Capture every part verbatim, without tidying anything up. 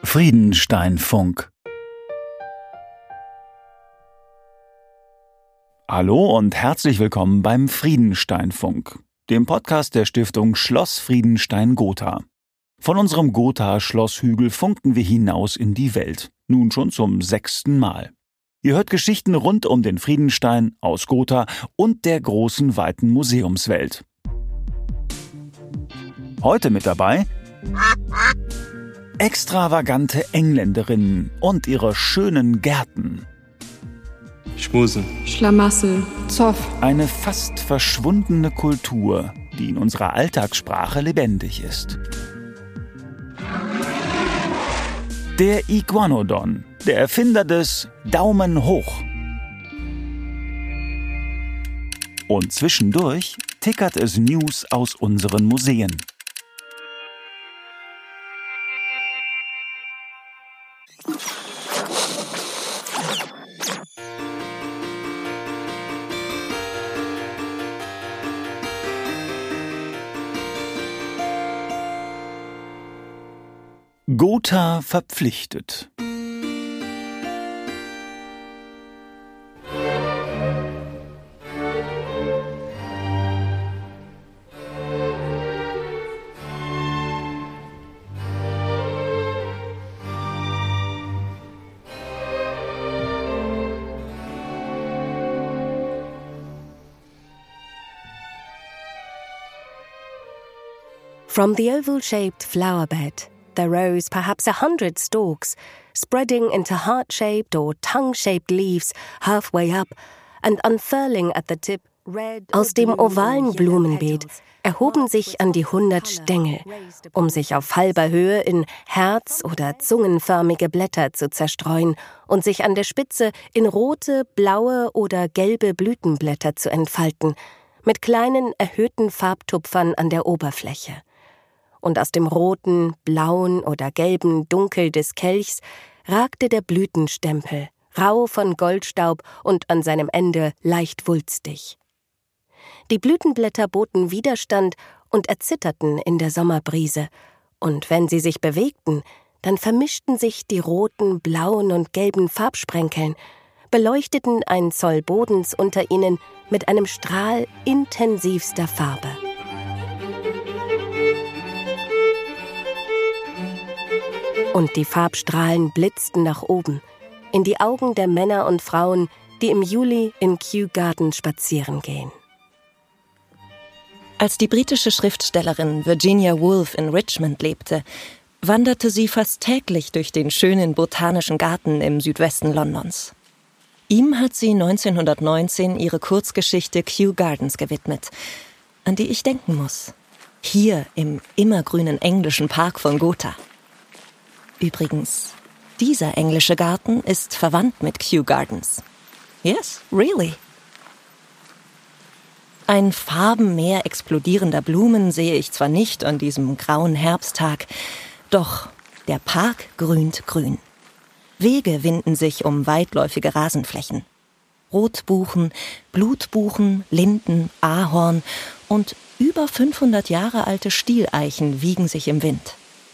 Friedensteinfunk. Hallo und herzlich willkommen beim Friedensteinfunk, dem Podcast der Stiftung Schloss Friedenstein-Gotha. Von unserem Gotha-Schlosshügel funken wir hinaus in die Welt, nun schon zum sechsten Mal. Ihr hört Geschichten rund um den Friedenstein aus Gotha und der großen, weiten Museumswelt. Heute mit dabei extravagante Engländerinnen und ihre schönen Gärten. Schmusen. Schlamassel. Zoff. Eine fast verschwundene Kultur, die in unserer Alltagssprache lebendig ist. Der Iguanodon, der Erfinder des Daumen hoch. Und zwischendurch tickert es News aus unseren Museen. Gotha verpflichtet. From the oval-shaped flower bed, there rose perhaps a hundred stalks, spreading into heart-shaped or tongue-shaped leaves halfway up and unfurling at the tip red. Aus dem ovalen Blumenbeet erhoben sich an die hundert Stängel, um sich auf halber Höhe in herz- oder zungenförmige Blätter zu zerstreuen und sich an der Spitze in rote, blaue oder gelbe Blütenblätter zu entfalten, mit kleinen, erhöhten Farbtupfern an der Oberfläche. Und aus dem roten, blauen oder gelben Dunkel des Kelchs ragte der Blütenstempel, rau von Goldstaub und an seinem Ende leicht wulstig. Die Blütenblätter boten Widerstand und erzitterten in der Sommerbrise, und wenn sie sich bewegten, dann vermischten sich die roten, blauen und gelben Farbsprenkeln, beleuchteten ein Zoll Bodens unter ihnen mit einem Strahl intensivster Farbe. Und die Farbstrahlen blitzten nach oben, in die Augen der Männer und Frauen, die im Juli in Kew Garden spazieren gehen. Als die britische Schriftstellerin Virginia Woolf in Richmond lebte, wanderte sie fast täglich durch den schönen botanischen Garten im Südwesten Londons. Ihm hat sie neunzehnhundertneunzehn ihre Kurzgeschichte Kew Gardens gewidmet, an die ich denken muss. Hier im immergrünen englischen Park von Gotha. Übrigens, dieser englische Garten ist verwandt mit Kew Gardens. Yes, really. Ein Farbenmeer explodierender Blumen sehe ich zwar nicht an diesem grauen Herbsttag, doch der Park grünt grün. Wege winden sich um weitläufige Rasenflächen. Rotbuchen, Blutbuchen, Linden, Ahorn und über fünfhundert Jahre alte Stieleichen wiegen sich im Wind.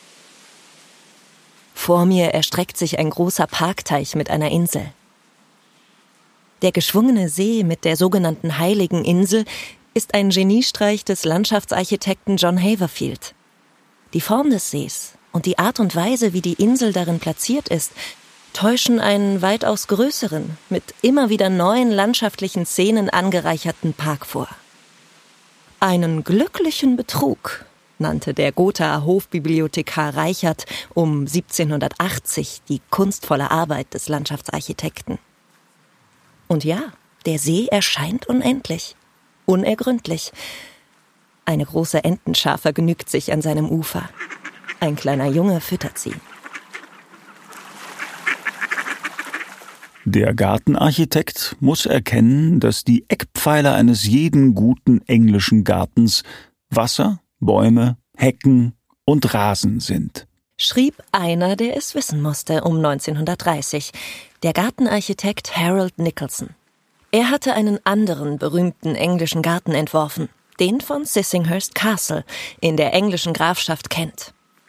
Vor mir erstreckt sich ein großer Parkteich mit einer Insel. Der geschwungene See mit der sogenannten Heiligen Insel ist ein Geniestreich des Landschaftsarchitekten John Haverfield. Die Form des Sees und die Art und Weise, wie die Insel darin platziert ist, täuschen einen weitaus größeren, mit immer wieder neuen landschaftlichen Szenen angereicherten Park vor. Einen glücklichen Betrug nannte der Gothaer Hofbibliothekar Reichert um siebzehnhundertachtzig die kunstvolle Arbeit des Landschaftsarchitekten. Und ja, der See erscheint unendlich, unergründlich. Eine große Entenschar vergnügt sich an seinem Ufer. Ein kleiner Junge füttert sie. Der Gartenarchitekt muss erkennen, dass die Eckpfeiler eines jeden guten englischen Gartens Wasser, Bäume, Hecken und Rasen sind. Schrieb einer, der es wissen musste, um neunzehnhundertdreißig, der Gartenarchitekt Harold Nicholson. Er hatte einen anderen berühmten englischen Garten entworfen, den von Sissinghurst Castle in der englischen Grafschaft Kent.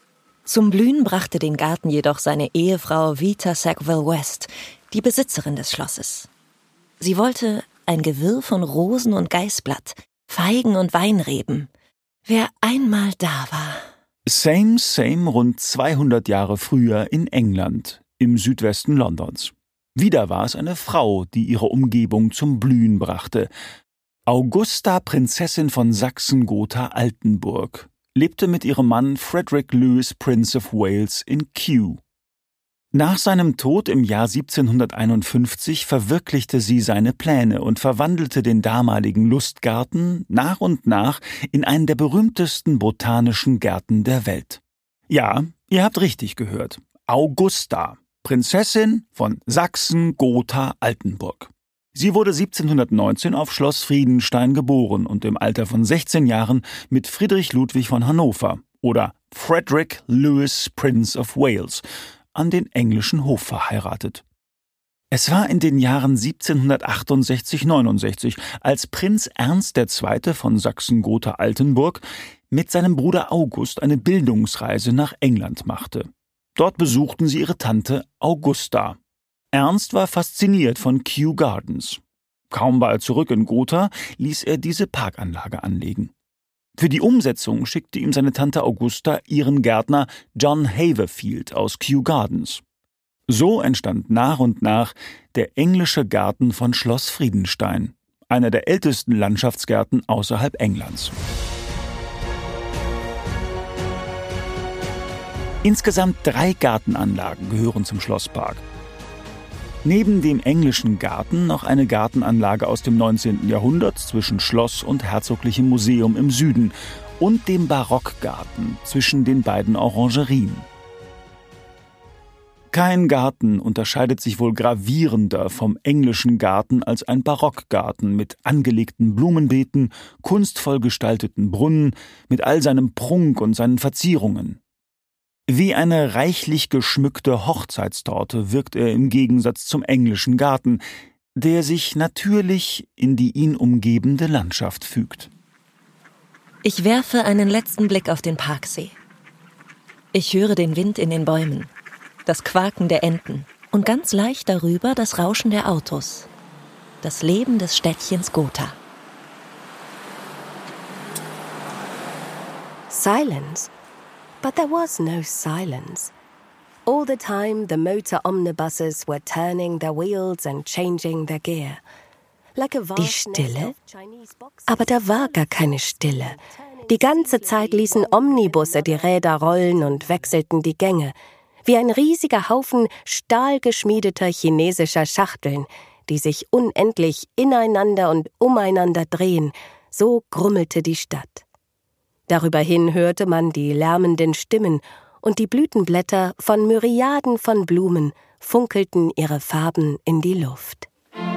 Zum Blühen brachte den Garten jedoch seine Ehefrau Vita Sackville West, die Besitzerin des Schlosses. Sie wollte ein Gewirr von Rosen und Geißblatt, Feigen und Weinreben. Wer einmal da war. Same, same rund zweihundert Jahre früher in England, im Südwesten Londons. Wieder war es eine Frau, die ihre Umgebung zum Blühen brachte. Augusta, Prinzessin von Sachsen-Gotha-Altenburg, lebte mit ihrem Mann Frederick Lewis, Prince of Wales, in Kew. Nach seinem Tod im Jahr siebzehnhunderteinundfünfzig verwirklichte sie seine Pläne und verwandelte den damaligen Lustgarten nach und nach in einen der berühmtesten botanischen Gärten der Welt. Ja, ihr habt richtig gehört. Augusta, Prinzessin von Sachsen-Gotha-Altenburg. Sie wurde siebzehnhundertneunzehn auf Schloss Friedenstein geboren und im Alter von sechzehn Jahren mit Friedrich Ludwig von Hannover oder Frederick Lewis, Prince of Wales, an den englischen Hof verheiratet. Es war in den Jahren siebzehnhundertachtundsechzig neunundsechzig, als Prinz Ernst der Zweite von Sachsen-Gotha-Altenburg mit seinem Bruder August eine Bildungsreise nach England machte. Dort besuchten sie ihre Tante Augusta. Ernst war fasziniert von Kew Gardens. Kaum war er zurück in Gotha, ließ er diese Parkanlage anlegen. Für die Umsetzung schickte ihm seine Tante Augusta ihren Gärtner John Haverfield aus Kew Gardens. So entstand nach und nach der englische Garten von Schloss Friedenstein, einer der ältesten Landschaftsgärten außerhalb Englands. Insgesamt drei Gartenanlagen gehören zum Schlosspark. Neben dem englischen Garten noch eine Gartenanlage aus dem neunzehnten Jahrhundert zwischen Schloss und Herzoglichem Museum im Süden und dem Barockgarten zwischen den beiden Orangerien. Kein Garten unterscheidet sich wohl gravierender vom englischen Garten als ein Barockgarten mit angelegten Blumenbeeten, kunstvoll gestalteten Brunnen, mit all seinem Prunk und seinen Verzierungen. Wie eine reichlich geschmückte Hochzeitstorte wirkt er im Gegensatz zum englischen Garten, der sich natürlich in die ihn umgebende Landschaft fügt. Ich werfe einen letzten Blick auf den Parksee. Ich höre den Wind in den Bäumen, das Quaken der Enten und ganz leicht darüber das Rauschen der Autos. Das Leben des Städtchens Gotha. Silence? But there was no silence. All the time the motor omnibuses were turning their wheels and changing their gear. Like a vast Die Stille? Aber da war gar keine Stille. Die ganze Zeit ließen Omnibusse die Räder rollen und wechselten die Gänge. Wie ein riesiger Haufen stahlgeschmiedeter chinesischer Schachteln, die sich unendlich ineinander und umeinander drehen. So grummelte die Stadt. Darüber hin hörte man die lärmenden Stimmen und die Blütenblätter von Myriaden von Blumen funkelten ihre Farben in die Luft.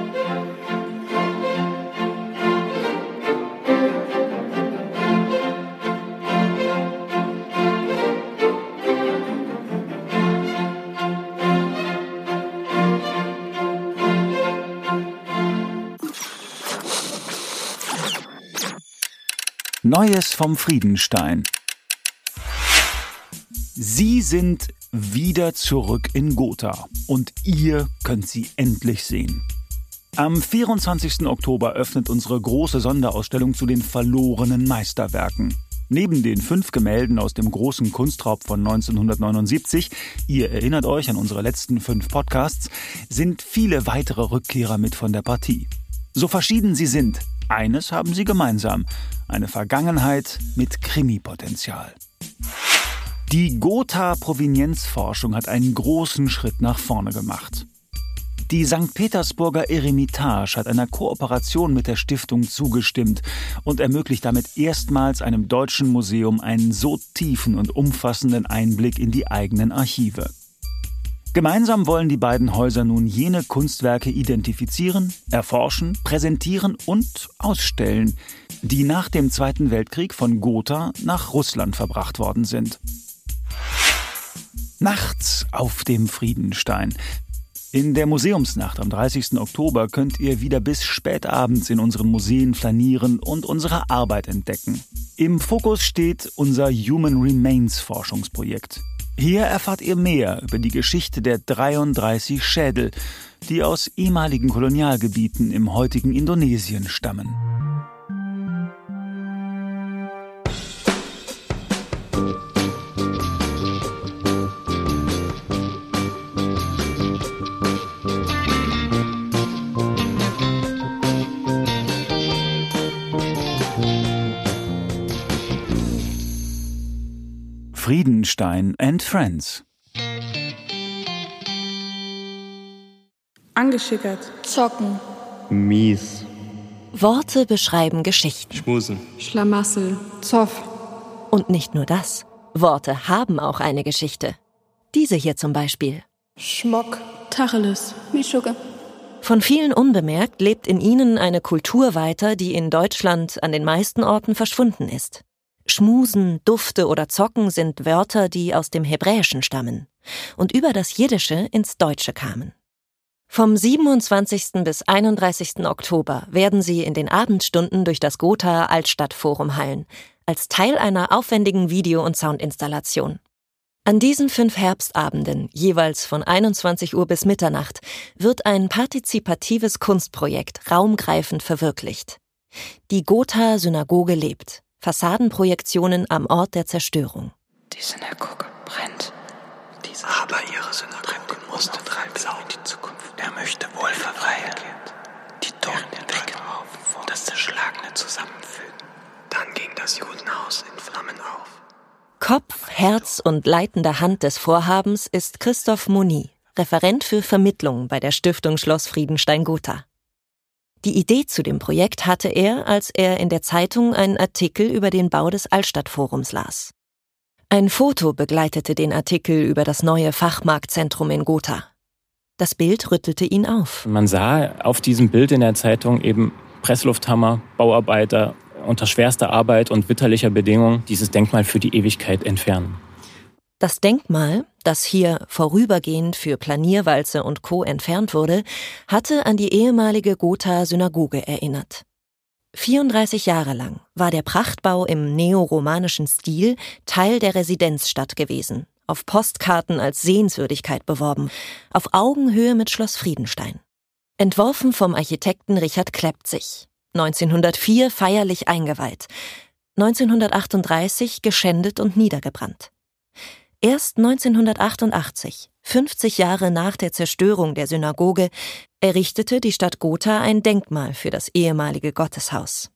Neues vom Friedenstein. Sie sind wieder zurück in Gotha und ihr könnt sie endlich sehen. Am vierundzwanzigsten Oktober öffnet unsere große Sonderausstellung zu den verlorenen Meisterwerken. Neben den fünf Gemälden aus dem großen Kunstraub von neunzehnhundertneunundsiebzig, ihr erinnert euch an unsere letzten fünf Podcasts, sind viele weitere Rückkehrer mit von der Partie. So verschieden sie sind, eines haben sie gemeinsam: eine Vergangenheit mit Krimi-Potenzial. Die Gotha-Provenienzforschung hat einen großen Schritt nach vorne gemacht. Die Sankt Petersburger Eremitage hat einer Kooperation mit der Stiftung zugestimmt und ermöglicht damit erstmals einem deutschen Museum einen so tiefen und umfassenden Einblick in die eigenen Archive. Gemeinsam wollen die beiden Häuser nun jene Kunstwerke identifizieren, erforschen, präsentieren und ausstellen, die nach dem Zweiten Weltkrieg von Gotha nach Russland verbracht worden sind. Nachts auf dem Friedenstein. In der Museumsnacht am dreißigsten Oktober könnt ihr wieder bis spät abends in unseren Museen flanieren und unsere Arbeit entdecken. Im Fokus steht unser Human Remains Forschungsprojekt. Hier erfahrt ihr mehr über die Geschichte der dreiunddreißig Schädel, die aus ehemaligen Kolonialgebieten im heutigen Indonesien stammen. Friedenstein and Friends. Angeschickert. Zocken. Mies. Worte beschreiben Geschichten. Schmusen. Schlamassel. Zoff. Und nicht nur das. Worte haben auch eine Geschichte. Diese hier zum Beispiel. Schmock. Tacheles. Mischugge. Von vielen unbemerkt lebt in ihnen eine Kultur weiter, die in Deutschland an den meisten Orten verschwunden ist. Schmusen, Dufte oder Zocken sind Wörter, die aus dem Hebräischen stammen und über das Jiddische ins Deutsche kamen. Vom siebenundzwanzigsten bis einunddreißigsten Oktober werden sie in den Abendstunden durch das Gothaer Altstadtforum hallen, als Teil einer aufwendigen Video- und Soundinstallation. An diesen fünf Herbstabenden, jeweils von einundzwanzig Uhr bis Mitternacht, wird ein partizipatives Kunstprojekt raumgreifend verwirklicht. Die Gothaer Synagoge lebt. Fassadenprojektionen am Ort der Zerstörung. Die Synagoge brennt. Diese Aber ihre Synagoge musste treiben in die Zukunft. Er möchte wohl verweilen. Die Toten wecken, das Zerschlagene zusammenfügen. Dann ging das Judenhaus in Flammen auf. Kopf, Herz und leitende Hand des Vorhabens ist Christoph Moni, Referent für Vermittlung bei der Stiftung Schloss Friedenstein-Gotha. Die Idee zu dem Projekt hatte er, als er in der Zeitung einen Artikel über den Bau des Altstadtforums las. Ein Foto begleitete den Artikel über das neue Fachmarktzentrum in Gotha. Das Bild rüttelte ihn auf. Man sah auf diesem Bild in der Zeitung eben Presslufthammer, Bauarbeiter unter schwerster Arbeit und witterlicher Bedingungen dieses Denkmal für die Ewigkeit entfernen. Das Denkmal, das hier vorübergehend für Planierwalze und Co. entfernt wurde, hatte an die ehemalige Gothaer Synagoge erinnert. vierunddreißig Jahre lang war der Prachtbau im neoromanischen Stil Teil der Residenzstadt gewesen, auf Postkarten als Sehenswürdigkeit beworben, auf Augenhöhe mit Schloss Friedenstein. Entworfen vom Architekten Richard Klepzig, neunzehnhundertvier feierlich eingeweiht, neunzehnhundertachtunddreißig geschändet und niedergebrannt. Erst neunzehnhundertachtundachtzig, fünfzig Jahre nach der Zerstörung der Synagoge, errichtete die Stadt Gotha ein Denkmal für das ehemalige Gotteshaus.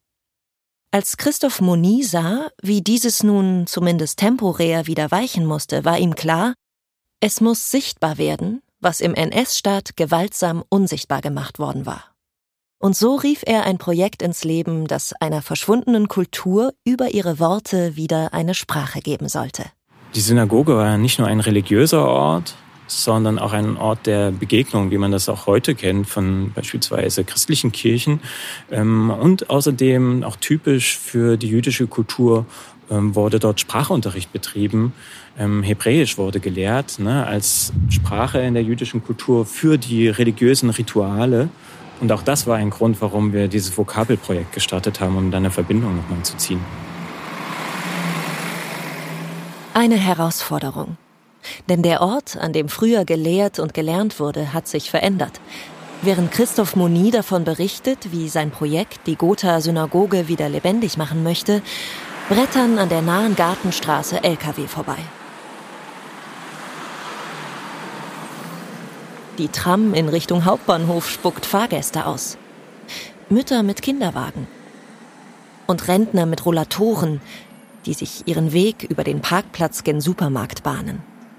Als Christoph Moni sah, wie dieses nun zumindest temporär wieder weichen musste, war ihm klar, es muss sichtbar werden, was im N S-Staat gewaltsam unsichtbar gemacht worden war. Und so rief er ein Projekt ins Leben, das einer verschwundenen Kultur über ihre Worte wieder eine Sprache geben sollte. Die Synagoge war nicht nur ein religiöser Ort, sondern auch ein Ort der Begegnung, wie man das auch heute kennt, von beispielsweise christlichen Kirchen. Und außerdem auch typisch für die jüdische Kultur wurde dort Sprachunterricht betrieben. Hebräisch wurde gelehrt, ne, als Sprache in der jüdischen Kultur für die religiösen Rituale. Und auch das war ein Grund, warum wir dieses Vokabelprojekt gestartet haben, um da eine Verbindung nochmal zu ziehen. Eine Herausforderung. Denn der Ort, an dem früher gelehrt und gelernt wurde, hat sich verändert. Während Christoph Moni davon berichtet, wie sein Projekt die Gothaer Synagoge wieder lebendig machen möchte, brettern an der nahen Gartenstraße L K W vorbei. Die Tram in Richtung Hauptbahnhof spuckt Fahrgäste aus. Mütter mit Kinderwagen. Und Rentner mit Rollatoren, die sich ihren Weg über den Parkplatz gen Supermarkt bahnen.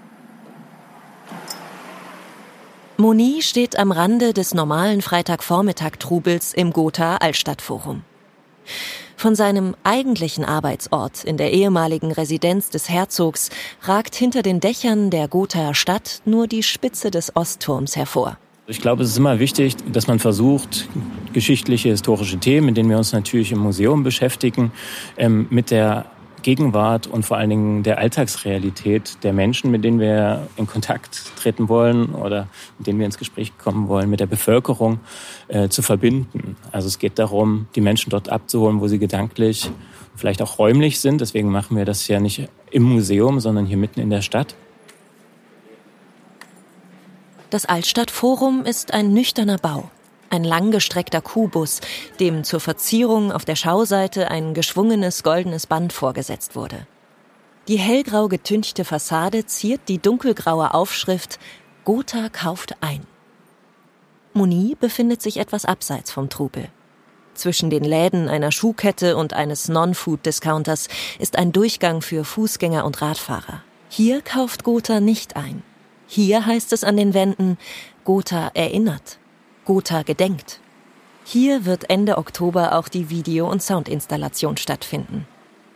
Moni steht am Rande des normalen Freitagvormittag-Trubels im Gothaer Altstadtforum. Von seinem eigentlichen Arbeitsort in der ehemaligen Residenz des Herzogs ragt hinter den Dächern der Gothaer Stadt nur die Spitze des Ostturms hervor. Ich glaube, es ist immer wichtig, dass man versucht, geschichtliche, historische Themen, mit denen wir uns natürlich im Museum beschäftigen, ähm, mit der Gegenwart und vor allen Dingen der Alltagsrealität der Menschen, mit denen wir in Kontakt treten wollen oder mit denen wir ins Gespräch kommen wollen, mit der Bevölkerung äh, zu verbinden. Also es geht darum, die Menschen dort abzuholen, wo sie gedanklich, vielleicht auch räumlich sind. Deswegen machen wir das ja nicht im Museum, sondern hier mitten in der Stadt. Das Altstadtforum ist ein nüchterner Bau. Ein langgestreckter Kubus, dem zur Verzierung auf der Schauseite ein geschwungenes goldenes Band vorgesetzt wurde. Die hellgrau getünchte Fassade ziert die dunkelgraue Aufschrift »Gotha kauft ein«. Moni befindet sich etwas abseits vom Trubel. Zwischen den Läden einer Schuhkette und eines Non-Food-Discounters ist ein Durchgang für Fußgänger und Radfahrer. Hier kauft Gotha nicht ein. Hier heißt es an den Wänden, Gotha erinnert, Gotha gedenkt. Hier wird Ende Oktober auch die Video- und Soundinstallation stattfinden.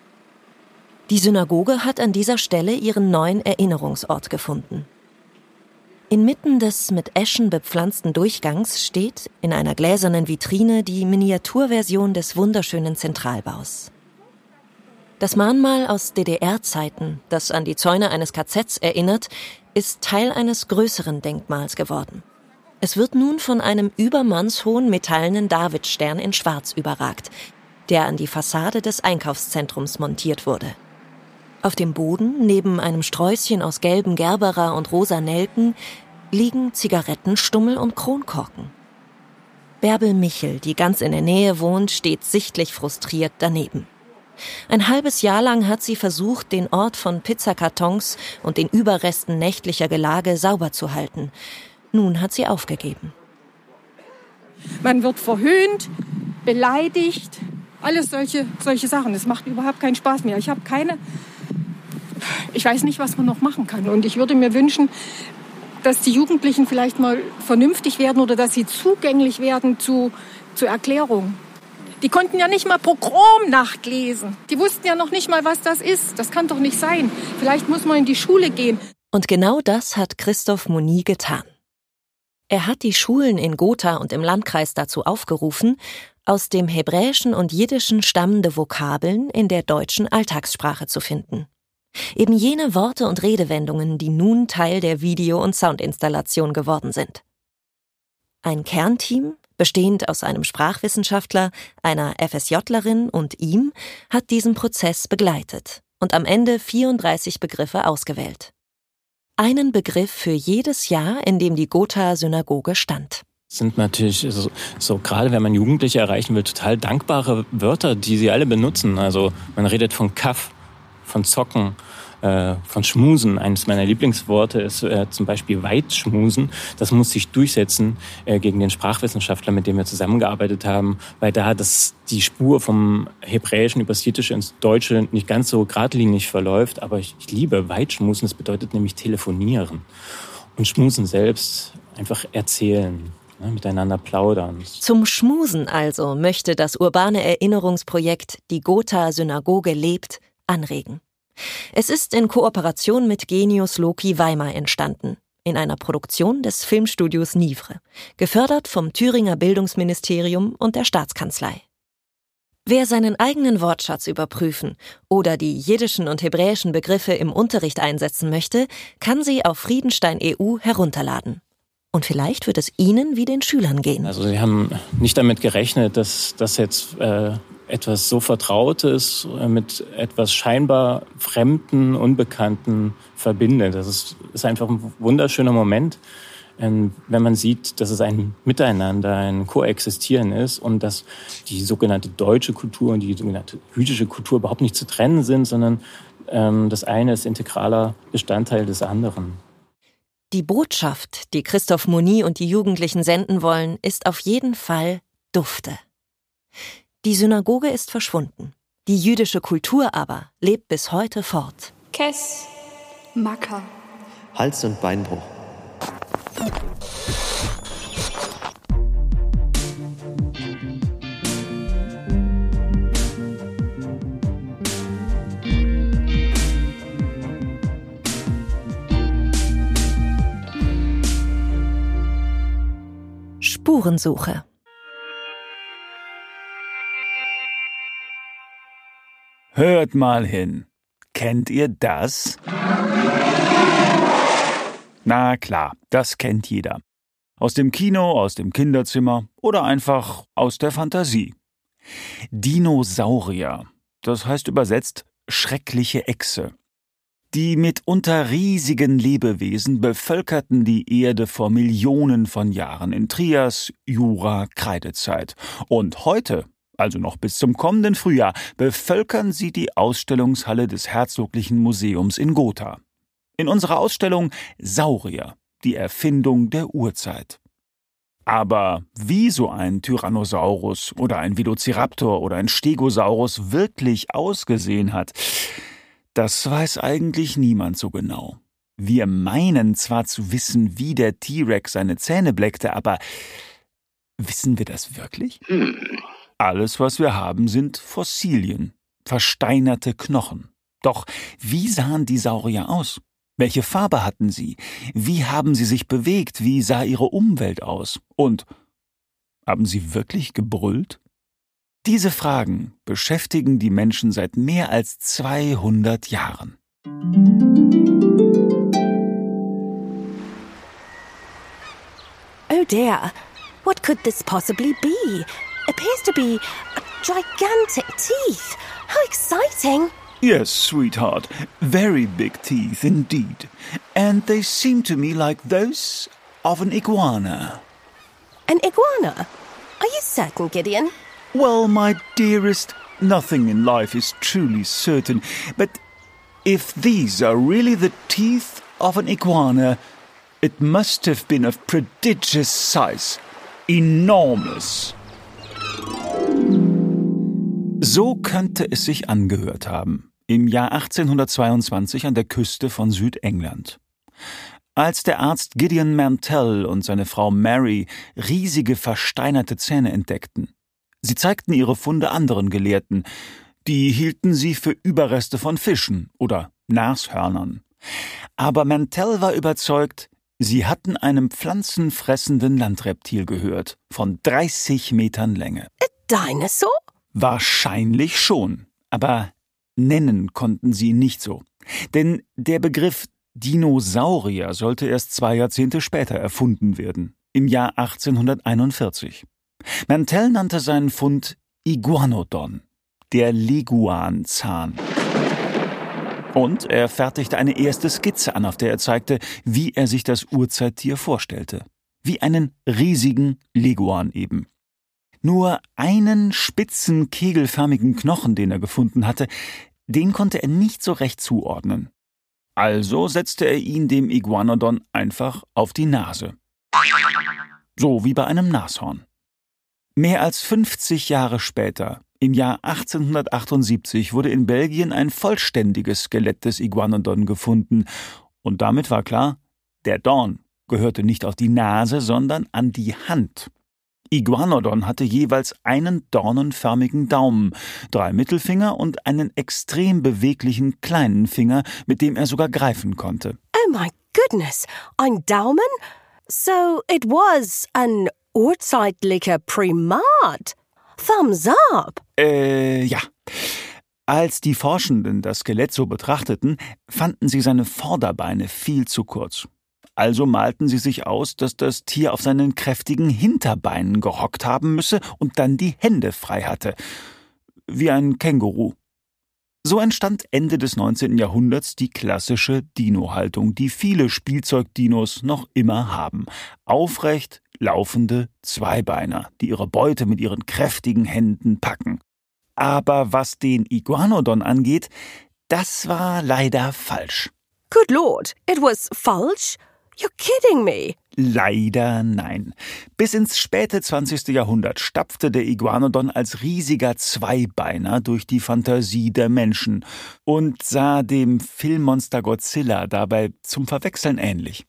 Die Synagoge hat an dieser Stelle ihren neuen Erinnerungsort gefunden. Inmitten des mit Eschen bepflanzten Durchgangs steht in einer gläsernen Vitrine die Miniaturversion des wunderschönen Zentralbaus. Das Mahnmal aus D D R-Zeiten, das an die Zäune eines K Zs erinnert, ist Teil eines größeren Denkmals geworden. Es wird nun von einem übermannshohen metallenen Davidstern in Schwarz überragt, der an die Fassade des Einkaufszentrums montiert wurde. Auf dem Boden, neben einem Sträußchen aus gelben Gerbera und rosa Nelken, liegen Zigarettenstummel und Kronkorken. Bärbel Michel, die ganz in der Nähe wohnt, steht sichtlich frustriert daneben. Ein halbes Jahr lang hat sie versucht, den Ort von Pizzakartons und den Überresten nächtlicher Gelage sauber zu halten. Nun hat sie aufgegeben. Man wird verhöhnt, beleidigt, alles solche, solche Sachen. Es macht überhaupt keinen Spaß mehr. Ich habe keine... Ich weiß nicht, was man noch machen kann. Und ich würde mir wünschen, dass die Jugendlichen vielleicht mal vernünftig werden oder dass sie zugänglich werden zu, zu Erklärung. Die konnten ja nicht mal Pogromnacht lesen. Die wussten ja noch nicht mal, was das ist. Das kann doch nicht sein. Vielleicht muss man in die Schule gehen. Und genau das hat Christoph Moni getan. Er hat die Schulen in Gotha und im Landkreis dazu aufgerufen, aus dem Hebräischen und Jiddischen stammende Vokabeln in der deutschen Alltagssprache zu finden. Eben jene Worte und Redewendungen, die nun Teil der Video- und Soundinstallation geworden sind. Ein Kernteam, bestehend aus einem Sprachwissenschaftler, einer FSJlerin und ihm, hat diesen Prozess begleitet und am Ende vierunddreißig Begriffe ausgewählt. Einen Begriff für jedes Jahr, in dem die Gotha-Synagoge stand. Sind natürlich so, so, gerade wenn man Jugendliche erreichen will, total dankbare Wörter, die sie alle benutzen. Also man redet von Kaff, von Zocken, äh, von Schmusen. Eines meiner Lieblingsworte ist äh, zum Beispiel Weitschmusen. Das muss sich durchsetzen äh, gegen den Sprachwissenschaftler, mit dem wir zusammengearbeitet haben, weil da das die Spur vom Hebräischen übers Jiddische ins Deutsche nicht ganz so geradlinig verläuft. Aber ich, ich liebe Weitschmusen. Das bedeutet nämlich telefonieren. Und Schmusen selbst einfach erzählen. Ne, miteinander plaudern. Zum Schmusen also möchte das urbane Erinnerungsprojekt Die Gotha-Synagoge lebt anregen. Es ist in Kooperation mit Genius Loki Weimar entstanden, in einer Produktion des Filmstudios Nivre, gefördert vom Thüringer Bildungsministerium und der Staatskanzlei. Wer seinen eigenen Wortschatz überprüfen oder die jiddischen und hebräischen Begriffe im Unterricht einsetzen möchte, kann sie auf Friedenstein Punkt E U herunterladen. Und vielleicht wird es Ihnen wie den Schülern gehen. Also Sie haben nicht damit gerechnet, dass das jetzt äh, etwas so Vertrautes äh, mit etwas scheinbar Fremden, Unbekannten verbindet. Das ist, ist einfach ein wunderschöner Moment, ähm, wenn man sieht, dass es ein Miteinander, ein Koexistieren ist und dass die sogenannte deutsche Kultur und die sogenannte jüdische Kultur überhaupt nicht zu trennen sind, sondern ähm, das eine ist integraler Bestandteil des anderen. Die Botschaft, die Christoph Moni und die Jugendlichen senden wollen, ist auf jeden Fall Dufte. Die Synagoge ist verschwunden. Die jüdische Kultur aber lebt bis heute fort. Kess, Macker, Hals- und Beinbruch. Spurensuche. Hört mal hin. Kennt ihr das? Na klar, das kennt jeder. Aus dem Kino, aus dem Kinderzimmer oder einfach aus der Fantasie. Dinosaurier, das heißt übersetzt schreckliche Echse. Die mitunter riesigen Lebewesen bevölkerten die Erde vor Millionen von Jahren in Trias, Jura, Kreidezeit. Und heute, also noch bis zum kommenden Frühjahr, bevölkern sie die Ausstellungshalle des Herzoglichen Museums in Gotha. In unserer Ausstellung Saurier, die Erfindung der Urzeit. Aber wie so ein Tyrannosaurus oder ein Velociraptor oder ein Stegosaurus wirklich ausgesehen hat, das weiß eigentlich niemand so genau. Wir meinen zwar zu wissen, wie der T-Rex seine Zähne bleckte, aber wissen wir das wirklich? Hm. Alles, was wir haben, sind Fossilien, versteinerte Knochen. Doch wie sahen die Saurier aus? Welche Farbe hatten sie? Wie haben sie sich bewegt? Wie sah ihre Umwelt aus? Und haben sie wirklich gebrüllt? Diese Fragen beschäftigen die Menschen seit mehr als zweihundert Jahren. Oh dear, what could this possibly be? Appears to be gigantic teeth. How exciting! Yes, sweetheart, very big teeth indeed. And they seem to me like those of an iguana. An iguana? Are you certain, Gideon? Well, my dearest, nothing in life is truly certain, but if these are really the teeth of an iguana, it must have been of prodigious size. Enormous. So könnte es sich angehört haben, im Jahr achtzehnhundertzweiundzwanzig an der Küste von Südengland. Als der Arzt Gideon Mantell und seine Frau Mary riesige versteinerte Zähne entdeckten. Sie zeigten ihre Funde anderen Gelehrten. Die hielten sie für Überreste von Fischen oder Nashörnern. Aber Mantell war überzeugt, sie hatten einem pflanzenfressenden Landreptil gehört, von dreißig Metern Länge. A dinosaur? Wahrscheinlich schon, aber nennen konnten sie ihn nicht so. Denn der Begriff Dinosaurier sollte erst zwei Jahrzehnte später erfunden werden, im Jahr achtzehnhunderteinundvierzig. Mantell nannte seinen Fund Iguanodon, der Leguanzahn. Und er fertigte eine erste Skizze an, auf der er zeigte, wie er sich das Urzeittier vorstellte. Wie einen riesigen Leguan eben. Nur einen spitzen, kegelförmigen Knochen, den er gefunden hatte, den konnte er nicht so recht zuordnen. Also setzte er ihn dem Iguanodon einfach auf die Nase. So wie bei einem Nashorn. Mehr als fünfzig Jahre später, im Jahr achtzehnhundertachtundsiebzig, wurde in Belgien ein vollständiges Skelett des Iguanodon gefunden. Und damit war klar, der Dorn gehörte nicht auf die Nase, sondern an die Hand. Iguanodon hatte jeweils einen dornenförmigen Daumen, drei Mittelfinger und einen extrem beweglichen kleinen Finger, mit dem er sogar greifen konnte. Oh my goodness, ein Daumen? So it was an urzeitlicher Primat. Thumbs up. Äh, ja. Als die Forschenden das Skelett so betrachteten, fanden sie seine Vorderbeine viel zu kurz. Also malten sie sich aus, dass das Tier auf seinen kräftigen Hinterbeinen gehockt haben müsse und dann die Hände frei hatte. Wie ein Känguru. So entstand Ende des neunzehnten Jahrhunderts die klassische Dino-Haltung, die viele Spielzeugdinos noch immer haben. Aufrecht laufende Zweibeiner, die ihre Beute mit ihren kräftigen Händen packen. Aber was den Iguanodon angeht, das war leider falsch. Good Lord, it was falsch? You're kidding me. Leider nein. Bis ins späte zwanzigste Jahrhundert stapfte der Iguanodon als riesiger Zweibeiner durch die Fantasie der Menschen und sah dem Filmmonster Godzilla dabei zum Verwechseln ähnlich.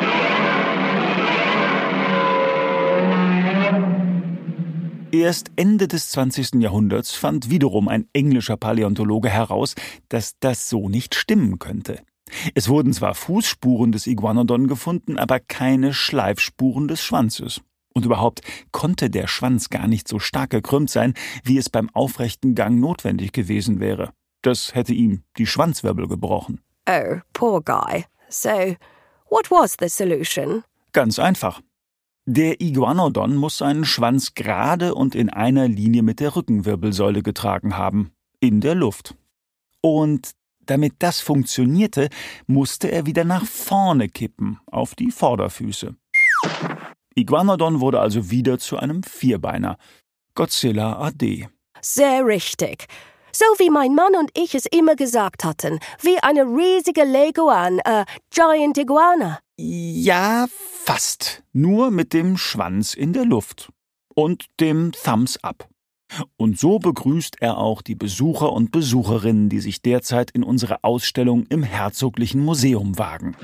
Erst Ende des zwanzigsten Jahrhunderts fand wiederum ein englischer Paläontologe heraus, dass das so nicht stimmen könnte. Es wurden zwar Fußspuren des Iguanodon gefunden, aber keine Schleifspuren des Schwanzes. Und überhaupt konnte der Schwanz gar nicht so stark gekrümmt sein, wie es beim aufrechten Gang notwendig gewesen wäre. Das hätte ihm die Schwanzwirbel gebrochen. Oh, poor guy. So, what was the solution? Ganz einfach. Der Iguanodon muss seinen Schwanz gerade und in einer Linie mit der Rückenwirbelsäule getragen haben. In der Luft. Und Damit das funktionierte, musste er wieder nach vorne kippen, auf die Vorderfüße. Iguanodon wurde also wieder zu einem Vierbeiner. Godzilla A D. Sehr richtig. So wie mein Mann und ich es immer gesagt hatten, wie eine riesige Leguan, äh, Giant Iguana. Ja, fast. Nur mit dem Schwanz in der Luft. Und dem Thumbs Up. Und so begrüßt er auch die Besucher und Besucherinnen, die sich derzeit in unsere Ausstellung im Herzoglichen Museum wagen.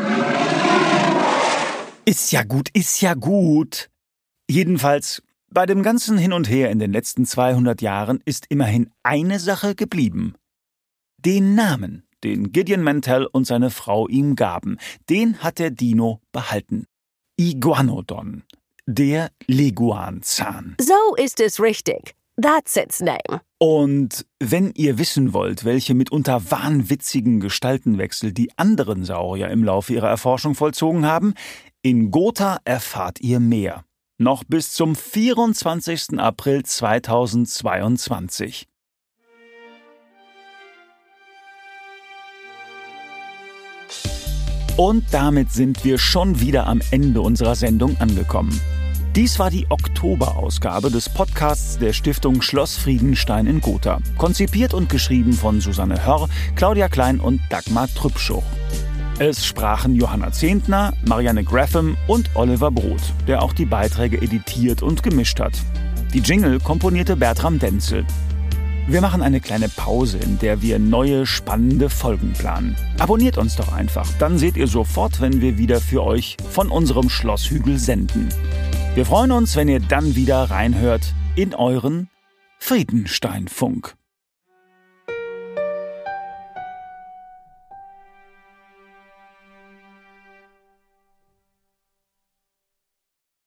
Ist ja gut, ist ja gut. Jedenfalls, bei dem ganzen Hin und Her in den letzten zweihundert Jahren ist immerhin eine Sache geblieben. Den Namen, den Gideon Mantell und seine Frau ihm gaben, den hat der Dino behalten. Iguanodon, der Leguanzahn. So ist es richtig. That's its name. Und wenn ihr wissen wollt, welche mitunter wahnwitzigen Gestaltenwechsel die anderen Saurier im Laufe ihrer Erforschung vollzogen haben, in Gotha erfahrt ihr mehr. Noch bis zum vierundzwanzigsten April zweitausendzweiundzwanzig. Und damit sind wir schon wieder am Ende unserer Sendung angekommen. Dies war die Oktoberausgabe des Podcasts der Stiftung Schloss Friedenstein in Gotha. Konzipiert und geschrieben von Susanne Hörr, Claudia Klein und Dagmar Trübschuch. Es sprachen Johanna Zehntner, Marianne Graffam und Oliver Brot, der auch die Beiträge editiert und gemischt hat. Die Jingle komponierte Bertram Denzel. Wir machen eine kleine Pause, in der wir neue, spannende Folgen planen. Abonniert uns doch einfach, dann seht ihr sofort, wenn wir wieder für euch von unserem Schlosshügel senden. Wir freuen uns, wenn ihr dann wieder reinhört in euren Friedensteinfunk.